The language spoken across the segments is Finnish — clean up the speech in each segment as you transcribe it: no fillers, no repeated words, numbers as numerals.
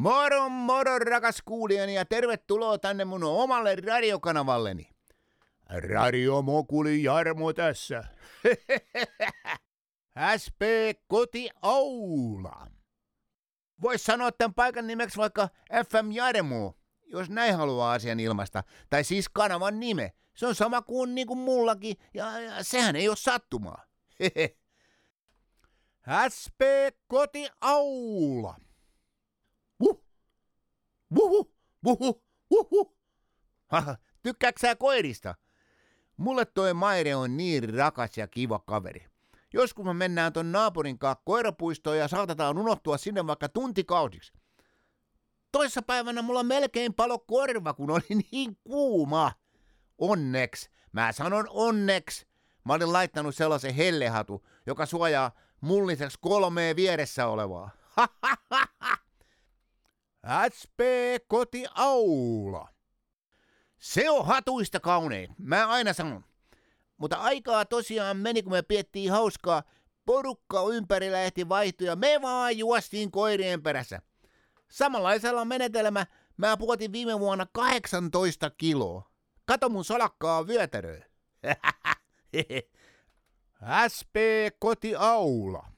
Moro moro rakas kuulijani ja tervetuloa tänne mun omalle radiokanavalleni. Radiomokuli Jarmo tässä. SP Kotiaula. Vois sanoa tämän paikan nimeksi vaikka FM Jarmo, jos näin haluaa asian ilmaista. Tai siis kanavan nime. Se on sama kuin niinku mullakin ja sehän ei ole sattumaa. SP Kotiaula. Tykkääksä sä koirista? Mulle toi Maire on niin rakas ja kiva kaveri. Joskus me mennään ton naapurin kanssa koirapuistoon ja saatetaan unohtua sinne vaikka tuntikausiksi. Toissa päivänä mulla melkein palo korva, kun oli niin kuuma. Onneksi, mä sanon onneksi, mä olin laittanut sellaisen hellehatu, joka suojaa mulliseksi 3 vieressä olevaa. SP Kotiaula. Se on hatuista kaunein, mä aina sanon. Mutta aikaa tosiaan meni, kun me piettiin hauskaa. Porukka ympärillä ehti vaihtua ja me vaan juostiin koirien perässä. Samanlaisella menetelmä mä puotin viime vuonna 18 kiloa. Kato mun salakkaa vyötäröä. SP Kotiaula.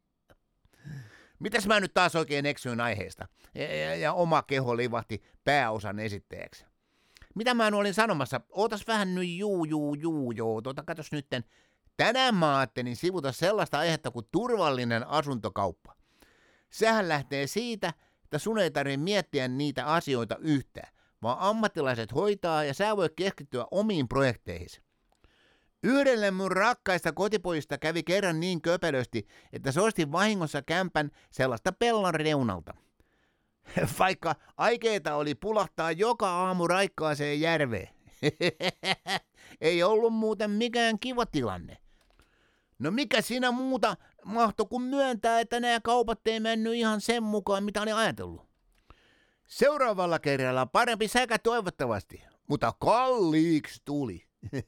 Mitäs mä nyt taas oikein eksyin aiheesta? Ja oma keho livahti pääosan esittäjäksi. Mitä mä olin sanomassa? Ootas vähän nyt katos nytten. Tänään mä ajattelin sivuta sellaista aihetta kuin turvallinen asuntokauppa. Sehän lähtee siitä, että sun ei tarvitse miettiä niitä asioita yhtään, vaan ammattilaiset hoitaa ja sä voit keskittyä omiin projekteihin. Yhdelle mun rakkaista kotipojista kävi kerran niin köpelösti, että se osti vahingossa kämpän sellaista pellon reunalta. Vaikka aikeita oli pulahtaa joka aamu raikkaaseen järveen. Ei ollut muuten mikään kiva tilanne. No mikä siinä muuta mahtoi kuin myöntää, että nämä kaupat ei mennyt ihan sen mukaan, mitä oli ajatellut. Seuraavalla kerralla parempi säkä toivottavasti, mutta kalliiksi tuli.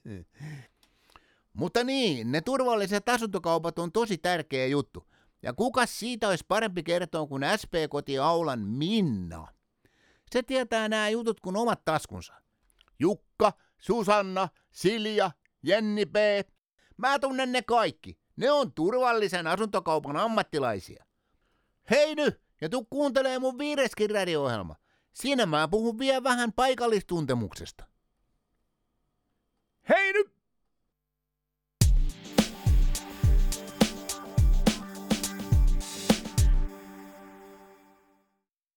Mutta niin, ne turvalliset asuntokaupat on tosi tärkeä juttu. Ja kukas siitä olisi parempi kertoa kuin SP Kotiaulan Minna? Se tietää nämä jutut kuin omat taskunsa. Jukka, Susanna, Silja, Jenni P. Mä tunnen ne kaikki. Ne on turvallisen asuntokaupan ammattilaisia. Hei nyt, ja tuu kuuntelee mun 5. radio-ohjelma. Siinä mä puhun vielä vähän paikallistuntemuksesta.